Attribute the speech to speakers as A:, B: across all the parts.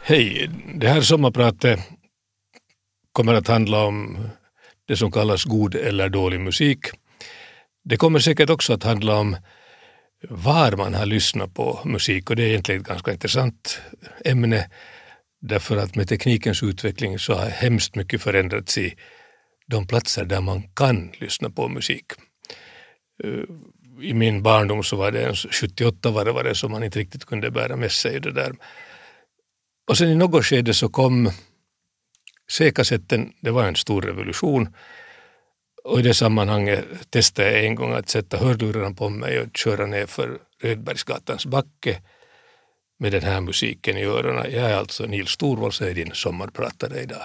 A: Hej, det här sommarpratet kommer att handla om det som kallas god eller dålig musik. Det kommer säkert också att handla om var man har lyssnat på musik, och det är egentligen ett ganska intressant ämne därför att med teknikens utveckling så har hemskt mycket förändrats i de platser där man kan lyssna på musik. I min barndom så var det en 78 var det som man inte riktigt kunde bära med sig det där. Och sen i något skede så kom C-kassetten, det var en stor revolution, och i det sammanhanget testade jag en gång att sätta hörlurarna på mig och köra ner för Rödbergsgatans backe med den här musiken i öronen. Jag är alltså Nils Torvalds, är din sommarpratare idag.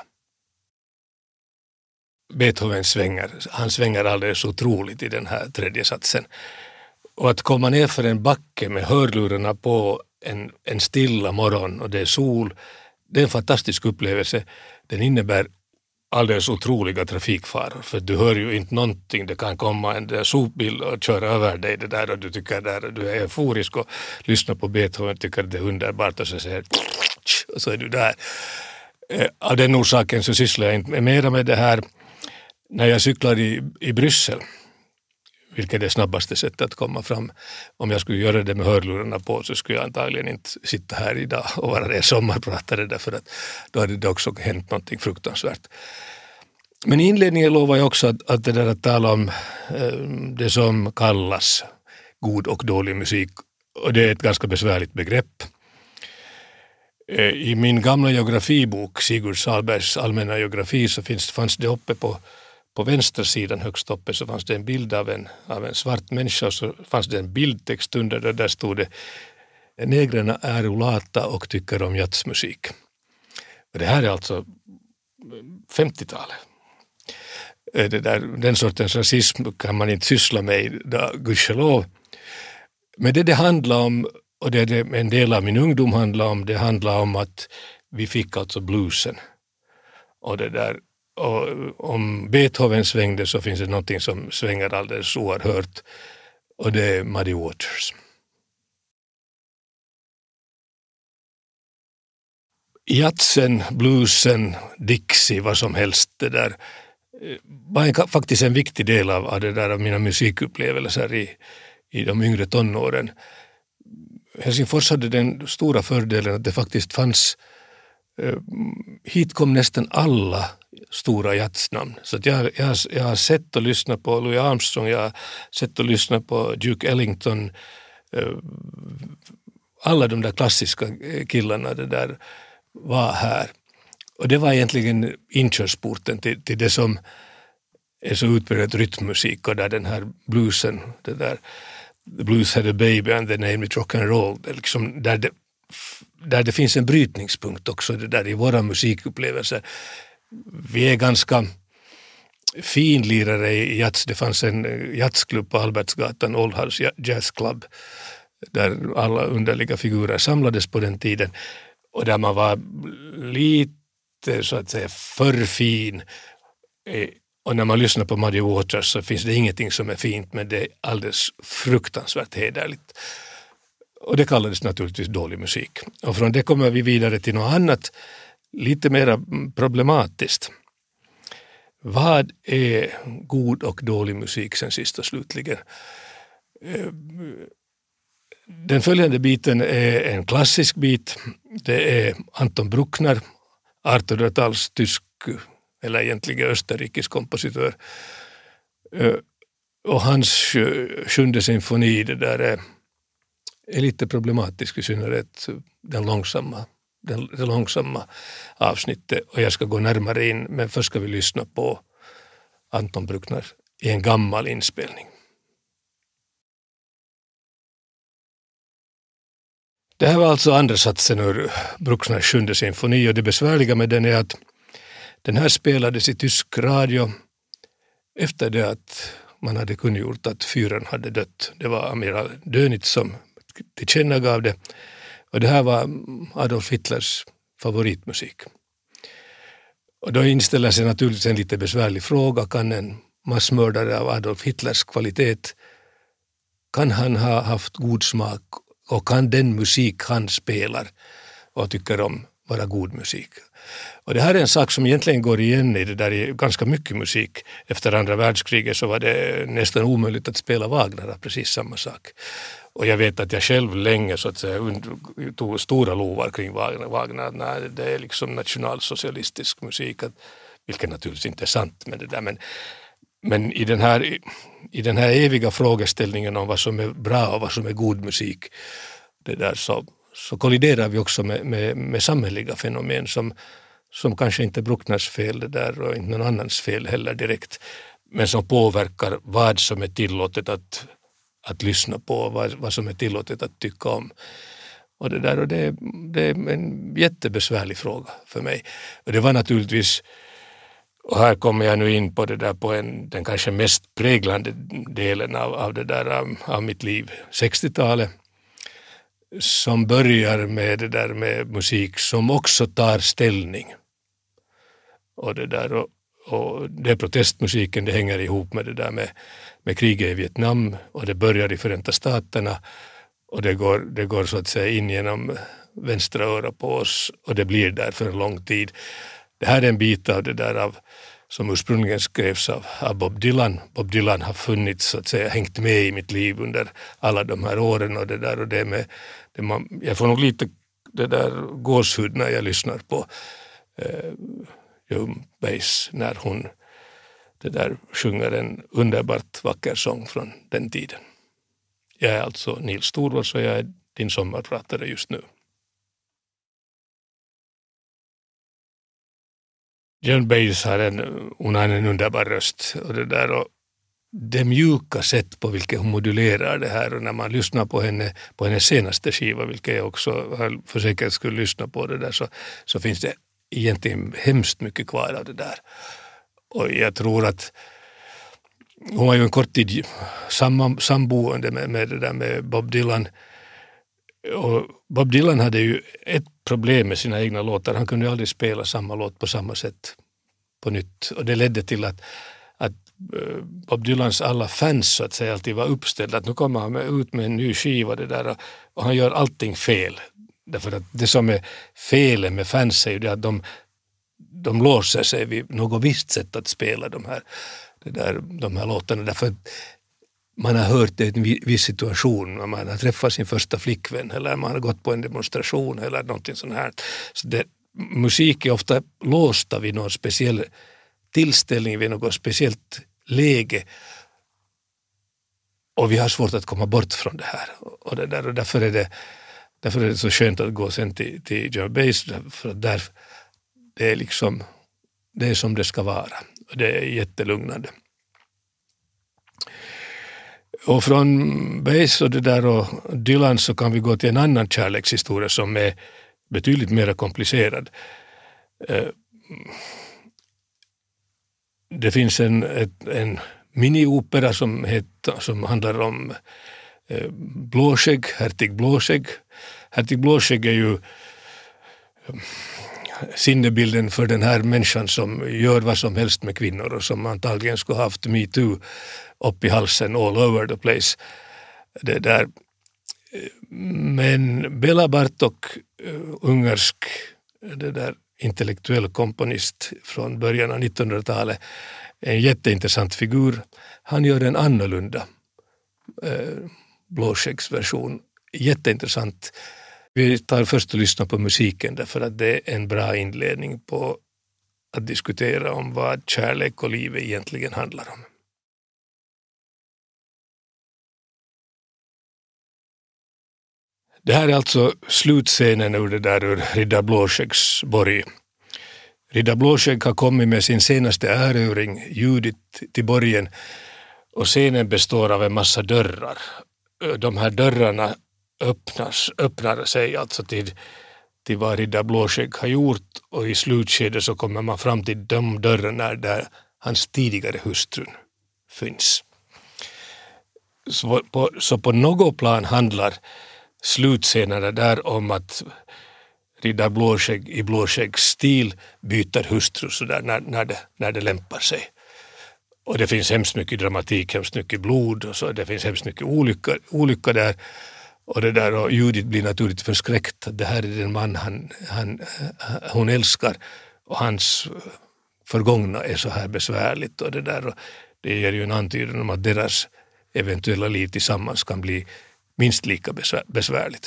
A: Beethoven svänger alldeles otroligt i den här tredje satsen. Och att komma ner för en backe med hörlurarna på en stilla morgon och det är sol, det är en fantastisk upplevelse. Den innebär alldeles otroliga trafikfaror, för du hör ju inte någonting. Det kan komma en där sopbil och köra över dig det där, och du tycker där, du är euforisk och lyssnar på Beethoven, tycker det är underbart, och så säger och så är du där. Av den orsaken så sysslar jag inte mera med det här när jag cyklar i Bryssel, vilket är det snabbaste sättet att komma fram. Om jag skulle göra det med hörlurarna på så skulle jag antagligen inte sitta här idag och vara det sommarpratare, därför att då hade det också hänt någonting fruktansvärt. Men i inledningen lovar jag också att det där att tala om det som kallas god och dålig musik, och det är ett ganska besvärligt begrepp. I min gamla geografibok, Sigurd Sahlbergs allmänna geografi, så fanns det uppe på vänstersidan högst uppe så fanns det en bild av en svart människa, och så fanns det en bildtext under där stod det: negrarna är ulata och tycker om jazzmusik. Och det här är alltså 50-talet. Den sortens rasism kan man inte syssla med idag, gudskelov. Men det handlar om, och det en del av min ungdom handlar om, det handlar om att vi fick alltså bluesen. Och det där, och om Beethoven svängde så finns det någonting som svänger alldeles oerhört, och det är Muddy Waters. Jazzen, bluesen, Dixie, vad som helst, det där var faktiskt en viktig del av det där av mina musikupplevelser i de yngre tonåren. Helsingfors hade den stora fördelen att det faktiskt fanns, hit kom nästan alla stora jazznamn. Så att jag har sett och lyssnat på Louis Armstrong, jag har sett och lyssnat på Duke Ellington, alla de där klassiska killarna, det där var här. Och det var egentligen inkörsporten till det som är så utbredd rytmmusik, och där den här bluesen, det där The Blues Had a Baby and the Name It Rock and Roll, liksom där det finns en brytningspunkt också, det där i våra musikupplevelser. Vi är ganska finlirare i jazz. Det fanns en jazzklubb på Albertsgatan, Old House Jazz Club, där alla underliga figurer samlades på den tiden, och där man var lite så att säga för fin. Och när man lyssnar på Muddy Waters så finns det ingenting som är fint, men det är alldeles fruktansvärt hederligt. Och det kallades naturligtvis dålig musik. Och från det kommer vi vidare till något annat, lite mer problematiskt. Vad är god och dålig musik sen sist och slutligen? Den följande biten är en klassisk bit. Det är Anton Bruckner, 1800-tals tysk, eller egentligen österrikisk kompositör. Och hans 7:e symfoni, det där är lite problematisk, i synnerhet det långsamma avsnittet, och jag ska gå närmare in, men först ska vi lyssna på Anton Bruckner i en gammal inspelning. Det här var alltså andra satsen ur Bruckners 7:e symfoni, och det besvärliga med den är att den här spelades i tysk radio efter det att man hade kungjort att fyren hade dött. Det var amiral Dönitz som tillkännagav det, och det här var Adolf Hitlers favoritmusik. Och då inställer sig naturligtvis en lite besvärlig fråga: kan en massmördare av Adolf Hitlers kvalitet, kan han ha haft god smak, och kan den musik han spelar och tycker om vara god musik. Och det här är en sak som egentligen går igen i det där i ganska mycket musik. Efter andra världskriget så var det nästan omöjligt att spela Wagner, precis samma sak. Och jag vet att jag själv länge så att säga tog stora lovar kring Wagner. Nej, det är liksom nationalsocialistisk musik, vilket naturligtvis inte är sant med det där. Men i den här eviga frågeställningen om vad som är bra och vad som är god musik, det där så kolliderar vi också med samhälleliga fenomen som kanske inte är Bruckners fel det där och inte någon annans fel heller direkt, men som påverkar vad som är tillåtet att lyssna på, vad som är tillåtet att tycka om. Och det är en jättebesvärlig fråga för mig. Och det var naturligtvis, och här kommer jag nu in på det där på den kanske mest präglande delen av det där av mitt liv, 60-talet, som börjar med det där med musik som också tar ställning. Och det där och det protestmusiken, det hänger ihop med det där med kriget i Vietnam, och det börjar i Förenta Staterna och det går så att säga in genom vänstra öra på oss, och det blir där för en lång tid. Det här är en bit av det där som ursprungligen skrevs av Bob Dylan. Bob Dylan har funnits så att säga, hängt med i mitt liv under alla de här åren, och jag får nog lite det där gåshud när jag lyssnar på Joan Baez när hon det där sjunger en underbart vacker sång från den tiden. Jag är alltså Nils Torvalds och jag är din sommarpratare just nu. Joan Baez har en underbar röst, och det mjuka sätt på vilket hon modulerar det här, och när man lyssnar på hennes senaste skiva, vilket jag också har för säkerhet skulle lyssna på det där, så finns det egentligen hemskt mycket kvar av det där. Och jag tror att hon var ju en kort tid samboende med det där med Bob Dylan. Och Bob Dylan hade ju ett problem med sina egna låtar. Han kunde aldrig spela samma låt på samma sätt på nytt. Och det ledde till att Bob Dylans alla fans så att säga alltid var uppställda. Att nu kommer han ut med en ny skiva det där, och han gör allting fel. Därför att det som är felet med fans är ju det att de låser sig vid något visst sätt att spela de här låtarna. Därför att man har hört det i en viss situation, man har träffat sin första flickvän eller man har gått på en demonstration eller någonting sånt här. Så musik är ofta låsta vid någon speciell tillställning, vid något speciellt läge, och vi har svårt att komma bort från det här. Och därför är det så skönt att gå sen till Joan Baez, för att där det är liksom det är som det ska vara, och det är jättelugnande. Och från Baez och det där och Dylan så kan vi gå till en annan kärlekshistoria som är betydligt mer komplicerad. Det finns en miniopera som handlar om Blåskägg, hertig Blåskägg. Hertig Blåskägg är ju sinnebilden för den här människan som gör vad som helst med kvinnor och som antagligen skulle ha haft Me Too upp i halsen all over the place. Det där. Men Bela Bartok, ungersk det där intellektuell komponist från början av 1900-talet, en jätteintressant figur. Han gör en annorlunda Blåskäggsversion. Jätteintressant. Vi tar först och lyssnar på musiken därför att det är en bra inledning på att diskutera om vad kärlek och liv egentligen handlar om. Det här är alltså slutscenen ur Riddar Blåskäggs borg. Riddar Blåskägg har kommit med sin senaste erövring, Judith, till borgen, och scenen består av en massa dörrar. De här dörrarna öppnar sig alltså till vad Riddar Blåskägg har gjort, och i slutskedet så kommer man fram till de dörrarna där hans tidigare hustru finns. Så på något plan handlar slutscenerna där om att Riddar Blåskägg i Blåskäggs stil byter hustru så där när det lämpar sig. Och det finns hemskt mycket dramatik, hemskt mycket blod, och så det finns hemskt mycket olycka där. Och det där, och Judith blir naturligt förskräckt. Det här är den man hon älskar. Och hans förgångna är så här besvärligt. Och det där, och det ger ju en antydan om att deras eventuella liv tillsammans kan bli minst lika besvärligt.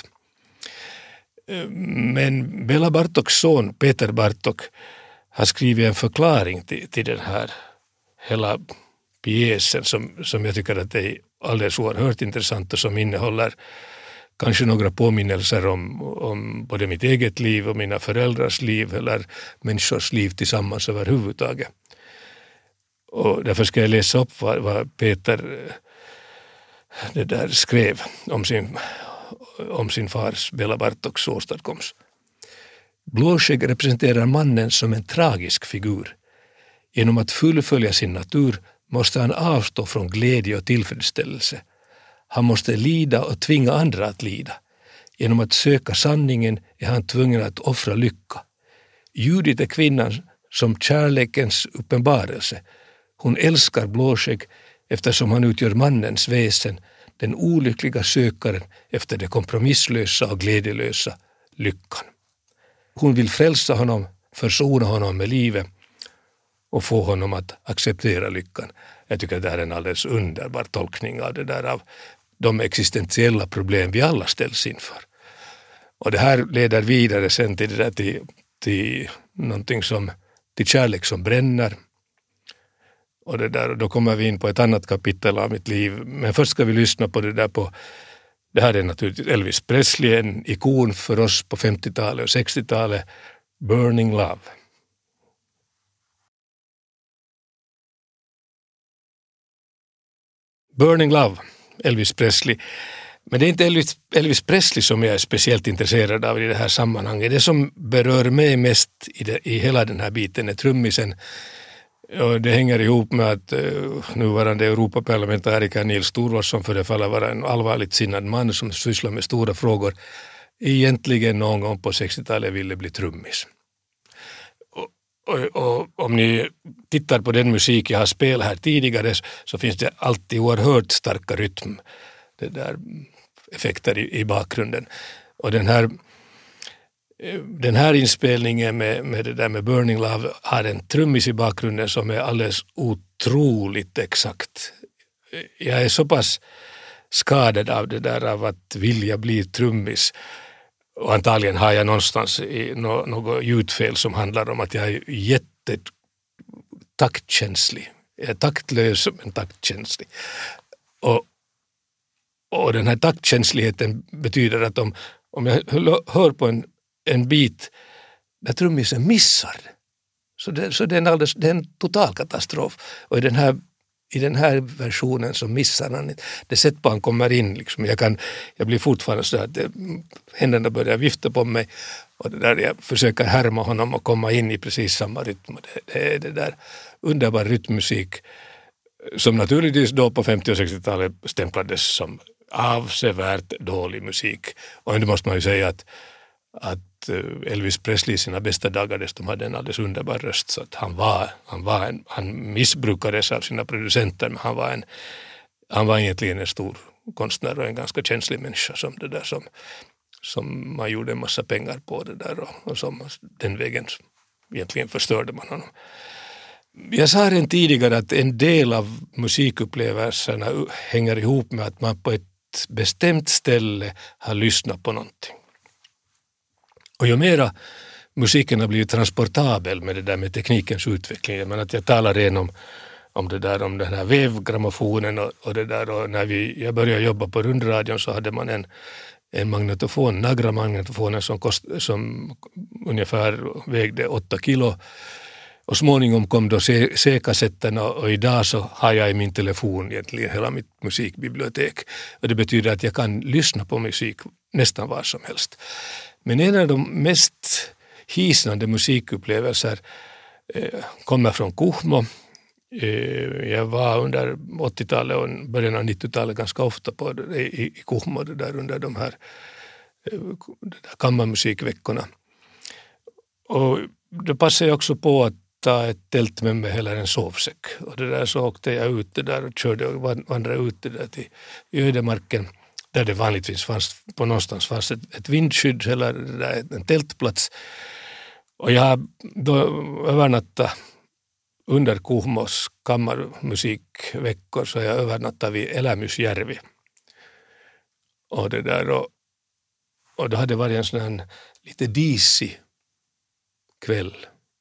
A: Men Bela Bartoks son Peter Bartok har skrivit en förklaring till den här hela pjäsen som jag tycker att det är alldeles oerhört intressant och som innehåller kanske några påminnelser om både mitt eget liv och mina föräldrars liv eller människors liv tillsammans överhuvudtaget. Och därför ska jag läsa upp vad Peter det där skrev om sin fars Bela Bartoks åstadkomst. Blåskägg representerar mannen som en tragisk figur. Genom att fullfölja sin natur måste han avstå från glädje och tillfredsställelse. Han måste lida och tvinga andra att lida. Genom att söka sanningen är han tvungen att offra lycka. Judith är kvinnan som kärlekens uppenbarelse. Hon älskar Blåskägg eftersom han utgör mannens väsen, den olyckliga sökaren efter det kompromisslösa och glädjelösa lyckan. Hon vill frälsa honom, försona honom med livet och få honom att acceptera lyckan. Jag tycker att det här är en alldeles underbar tolkning av det där, av de existentiella problem vi alla ställs inför. Och det här leder vidare sen till det där till någonting till kärlek som bränner. Och det där, då kommer vi in på ett annat kapitel av mitt liv. Men först ska vi lyssna på det där det här är naturligtvis Elvis Presley, en ikon för oss på 50-talet och 60-talet, Burning Love. Burning Love, Elvis Presley. Men det är inte Elvis Presley som jag är speciellt intresserad av i det här sammanhanget. Det som berör mig mest i hela den här biten är trummisen. Och det hänger ihop med att nuvarande Europaparlamentariker Nils Torvaldsson förefaller vara en allvarligt sinnad man som sysslar med stora frågor. Egentligen någon gång på 60-talet ville bli trummis. Och om ni tittar på den musik jag har spelat här tidigare så finns det alltid oerhört starka rytm. Det där effekter i bakgrunden. Och den här inspelningen med det där med Burning Love har en trummis i bakgrunden som är alldeles otroligt exakt. Jag är så pass skadad av det där av att vilja bli trummis. Och antagligen har jag någonstans något ljudfel som handlar om att jag är jättetaktkänslig. Jag är taktlös men taktkänslig. Och den här taktkänsligheten betyder att om jag hör på en bit där trummisen missar så det är en total katastrof. Och i den här versionen så missar han det sätt på han kommer in liksom. Jag blir fortfarande så att händerna börjar vifta på mig och det där jag försöker härma honom och komma in i precis samma rytm. Det är det där underbar rytmmusik som naturligtvis då på 50- och 60-talet stämplades som avsevärt dålig musik. Och ändå måste man ju säga att Elvis Presley i sina bästa dagar dessutom hade en alldeles underbar röst så att han missbrukades av sina producenter men han var egentligen en stor konstnär och en ganska känslig människa som det där som man gjorde en massa pengar på det där och som den vägen egentligen förstörde man honom. Jag sa redan tidigare att en del av musikupplevelserna hänger ihop med att man på ett bestämt ställe har lyssnat på någonting. Och ju mera musiken har blivit transportabel med det där med teknikens utveckling, men att jag talar redan om den här vevgrammofonen och det där, och när jag började jobba på rundradion så hade man en magnetofon, Nagra-magnetofonen som ungefär vägde 8 kilo. Och småningom kom då C-kassetterna och idag så har jag i min telefon egentligen hela mitt musikbibliotek. Och det betyder att jag kan lyssna på musik nästan var som helst. Men en av de mest hisnande musikupplevelser kommer från Kuhmo. Jag var under 80-talet och början av 90-talet ganska ofta i Kuhmo under de här kammarmusikveckorna. Och det passade jag också på att ta ett tält med mig eller en sovsäck. Och det där så åkte jag ut där och körde och vandrade ut det där till ödemarken där det vanligtvis fanns ett vindskydd eller en tältplats. Och jag då övernattade under Kuhmos kammarmusikveckor, så jag övernattade vid Elämysjärvi. Och det där och då hade det varit en sån här lite disig kväll.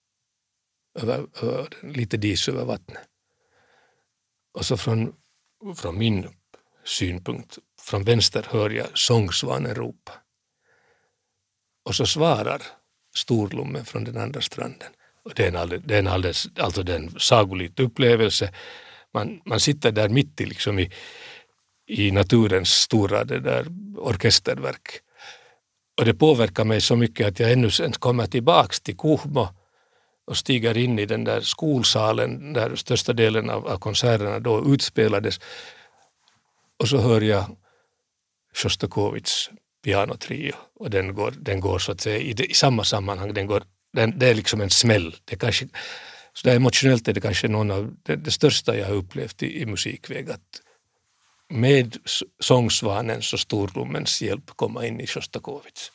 A: Lite dis över vattnet. Och så från min synpunkt, från vänster hör jag sångsvanen ropa. Och så svarar Storlommen från den andra stranden. Och det är en sagolik upplevelse. Man sitter där mitt i, liksom i naturens stora det där orkesterverk. Och det påverkar mig så mycket att jag ännu sen kommer tillbaks till Kuhmo och stiger in i den där skolsalen där största delen av konserterna då utspelades. Och så hör jag Sjostakovitjs pianotrio, och den går så att säga i samma sammanhang. Det är liksom en smäll. Så där emotionellt är det kanske någon av det största jag har upplevt i musikväg, att med sångsvanens och Storlommens hjälp komma in i Sjostakovitj.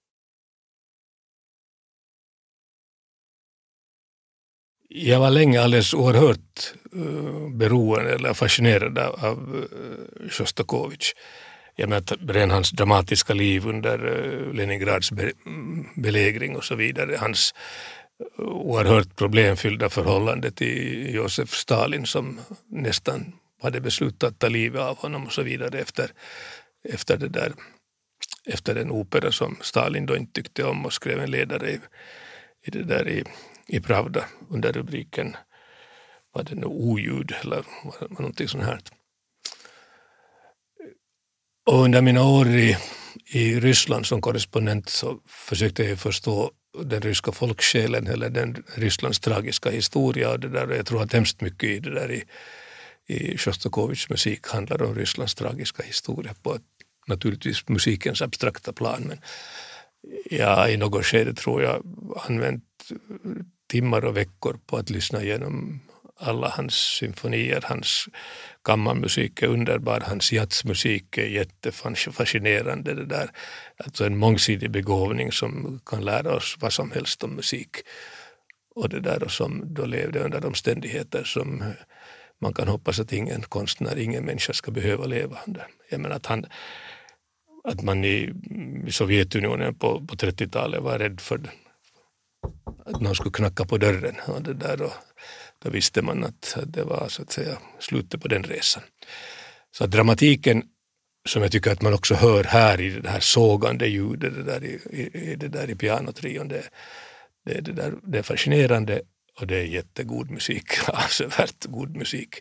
A: Jag var länge alldeles oerhört beroende eller fascinerad av Sjostakovitj. Jag menar, redan hans dramatiska liv under Leningrads belägring och så vidare. Hans oerhört problemfyllda förhållande till Josef Stalin, som nästan hade beslutat att ta livet av honom och så vidare efter den opera som Stalin då inte tyckte om, och skrev en ledare i Pravda under rubriken, var det oljud eller någonting sånt här. Och under mina år i Ryssland som korrespondent så försökte jag förstå den ryska folksjälen eller den Rysslands tragiska historia, och det där. Jag tror att hemskt mycket i det där i Sjostakovitjs musik handlar om Rysslands tragiska historia på naturligtvis musikens abstrakta plan, men i något skede tror jag använt timmar och veckor på att lyssna igenom alla hans symfonier. Hans kammarmusik är underbar, hans jazzmusik är jättefascinerande. Det där. Alltså en mångsidig begåvning som kan lära oss vad som helst om musik. Och det där, och som då levde under omständigheter som man kan hoppas att ingen människa ska behöva leva under. Jag menar att man i Sovjetunionen på 30-talet var rädd för att någon skulle knacka på dörren, och det där, och då visste man att det var så att säga slutet på den resan. Så att dramatiken, som jag tycker att man också hör här i det här sågande ljudet, det där i pianotrion, det är fascinerande, och det är jättegod musik, avsevärt god musik.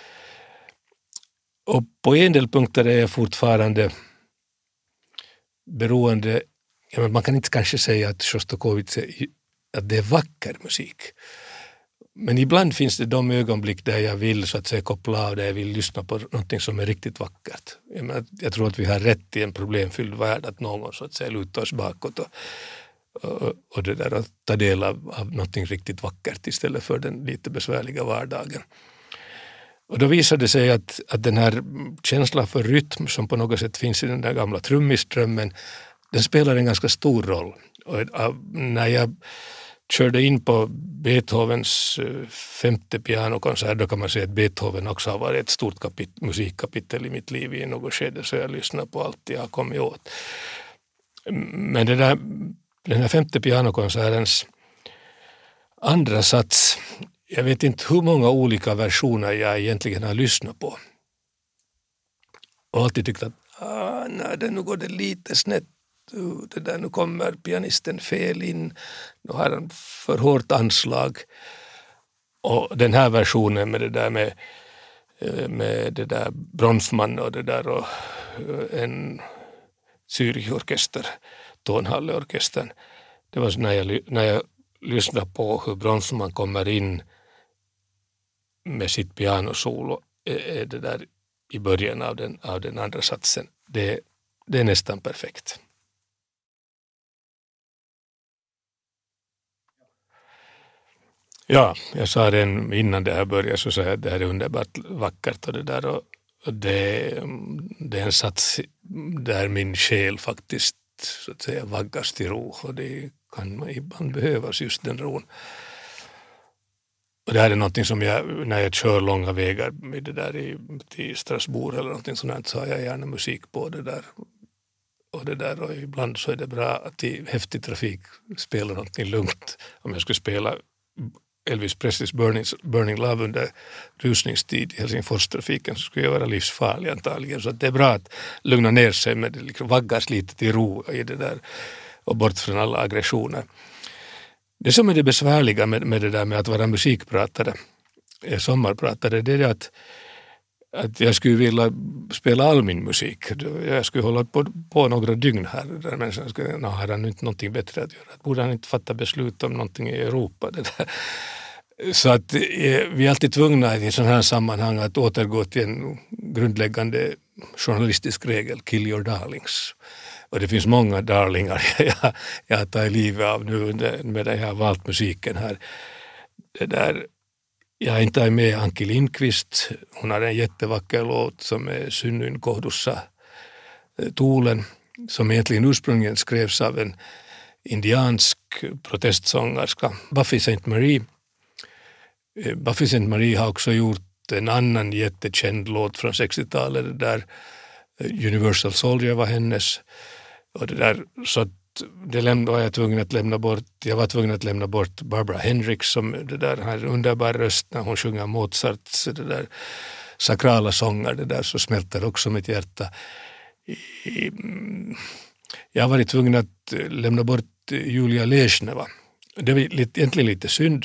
A: Och på en del punkter är jag fortfarande beroende, man kan inte kanske säga att Sjostakovitj att det är vacker musik. Men ibland finns det de ögonblick där jag vill så att säga koppla av, där jag vill lyssna på någonting som är riktigt vackert. Jag tror att vi har rätt i en problemfylld värld att någon så att säga lutar oss bakåt och det där att ta del av någonting riktigt vackert istället för den lite besvärliga vardagen. Och då visade det sig att den här känslan för rytm som på något sätt finns i den där gamla trummiströmmen, den spelar en ganska stor roll. Och när jag körde in på Beethovens 5:e pianokonsert, då kan man säga att Beethoven också har varit ett stort musikkapitel i mitt liv i något skede, så jag lyssnar på allt jag har kommit åt. Men den här 5:e pianokonsertens andra sats, jag vet inte hur många olika versioner jag egentligen har lyssnat på. Och alltid tyckt att nu går det lite snett. Det där, nu kommer pianisten fel in, nu har han för hårt anslag. Och den här versionen med det där med det där Bronfman och det där och en Zürich-orkester, Tonhalleorkestern. Det var så när jag lyssnade på hur Bronfman kommer in med sitt pianosolo det där i början av den andra satsen. Det är nästan perfekt. Ja, jag sa det innan det här började, så sa jag att det här är underbart vackert och det där, Det är en sats där min själ faktiskt så att säga vaggas till ro, och det kan man ibland behövas, just den ron. Och det här är någonting som när jag kör långa vägar med det där till Strasbourg eller någonting sånt, så har jag gärna musik på det där. Och ibland så är det bra att i häftig trafik spela någonting lugnt. Om jag skulle spela Elvis Presleys Burning Love under rusningstid i Helsingfors-trafiken så skulle jag vara livsfarlig antagligen. Så att det är bra att lugna ner sig med det, liksom vaggas lite till ro i det där och bort från alla aggressioner. Det som är det besvärliga med det där med att vara musikpratare, sommarpratare, det är att jag skulle vilja spela all min musik. Jag skulle hålla på några dygn här. Där människan skulle, har han inte någonting bättre att göra? Borde han inte fatta beslut om någonting i Europa? Det där. Så att vi är alltid tvungna i sådana här sammanhang att återgå till en grundläggande journalistisk regel, kill your darlings. Och det finns många darlingar jag tar i livet av nu medan jag har valt musiken här. Det där, jag inte är med Anki Lindqvist. Hon har en jättevacker låt som är Synnyn kohdussa tuulen, som egentligen ursprungligen skrevs av en indiansk protestsångerska, Buffy St. Marie. Buffy St. Marie har också gjort en annan jättekänd låt från 60-talet där Universal Soldier var hennes. Och det där, så att var jag tvungen att lämna bort. Jag var tvungen att lämna bort Barbara Hendricks som det där har en underbar röst när hon sjunger Mozarts det där sakrala sånger, det där så smälter också mitt hjärta. Jag har varit tvungen att lämna bort Julia Leschneva. Det var egentligen lite synd.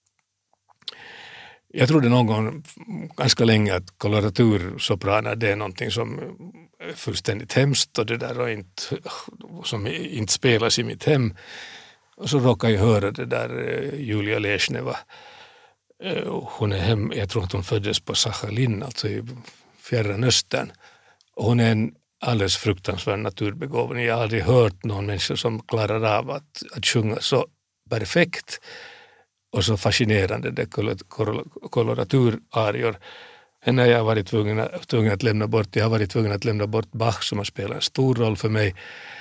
A: Jag trodde någon gång ganska länge att koloratursopraner det är någonting som är fullständigt hemskt och det där och som inte spelas i mitt hem. Och så råkade jag höra det där Julia Leschneva. Hon är jag tror att hon föddes på Sachalin, alltså i Fjärran Östern. Och hon är en alldeles fruktansvärd naturbegåvning. Jag har aldrig hört någon människa som klarar av att sjunga så perfekt och så fascinerande det koloraturarior. Henne har jag varit tvungen att lämna bort. Jag har varit tvungen att lämna bort Bach som har spelat en stor roll för mig.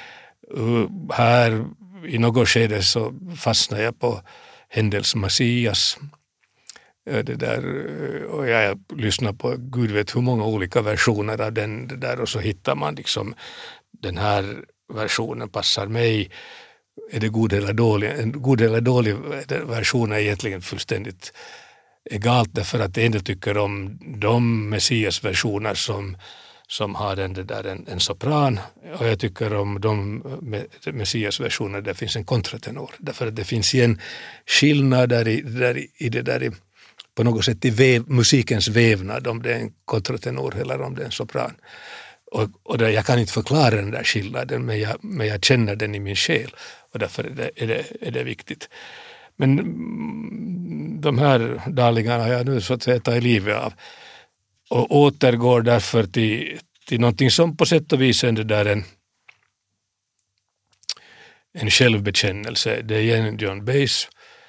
A: Här i något skede så fastnade jag på Händels Messias. Det där, och jag lyssnar på Gud vet hur många olika versioner av den det där, och så hittar man liksom den här versionen passar mig. Är det god eller dålig? En god eller dålig version är egentligen fullständigt egalt, därför att en del tycker om de Messias-versioner som har en sopran, och jag tycker om de Messias-versioner där det finns en kontratenor, därför att det finns en skillnad där i det där på något sätt i musikens vävnad, om det är en kontratenor eller om det är en sopran. Och där jag kan inte förklara den där skillnaden, men jag känner den i min själ, och därför är det viktigt. Men de här darlingarna har jag nu så att säga tagit livet av och återgår därför till någonting som på sätt och vis är det där en självbekännelse. Det är igen John Baez,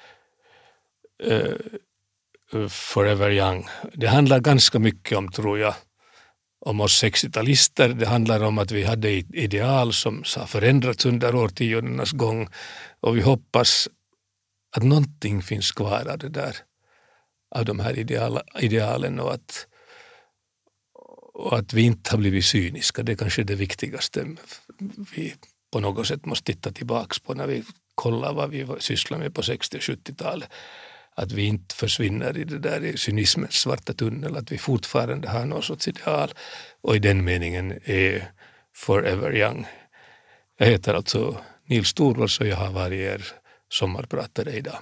A: Forever Young. Det handlar ganska mycket om, tror jag, om oss 60-talister. Det handlar om att vi hade ett ideal som har förändrats under årtiondenas gång, och vi hoppas att någonting finns kvar av det där, av de här idealen, och att vi inte har blivit cyniska. Det är kanske det viktigaste vi på något sätt måste titta tillbaka på när vi kollar vad vi sysslar med på 60- och 70-talet. Att vi inte försvinner i det där i cynismens svarta tunnel, att vi fortfarande har något sorts ideal, och i den meningen är Forever Young. Jag heter alltså Nils Torvalds och jag har varit er sommarpratare idag.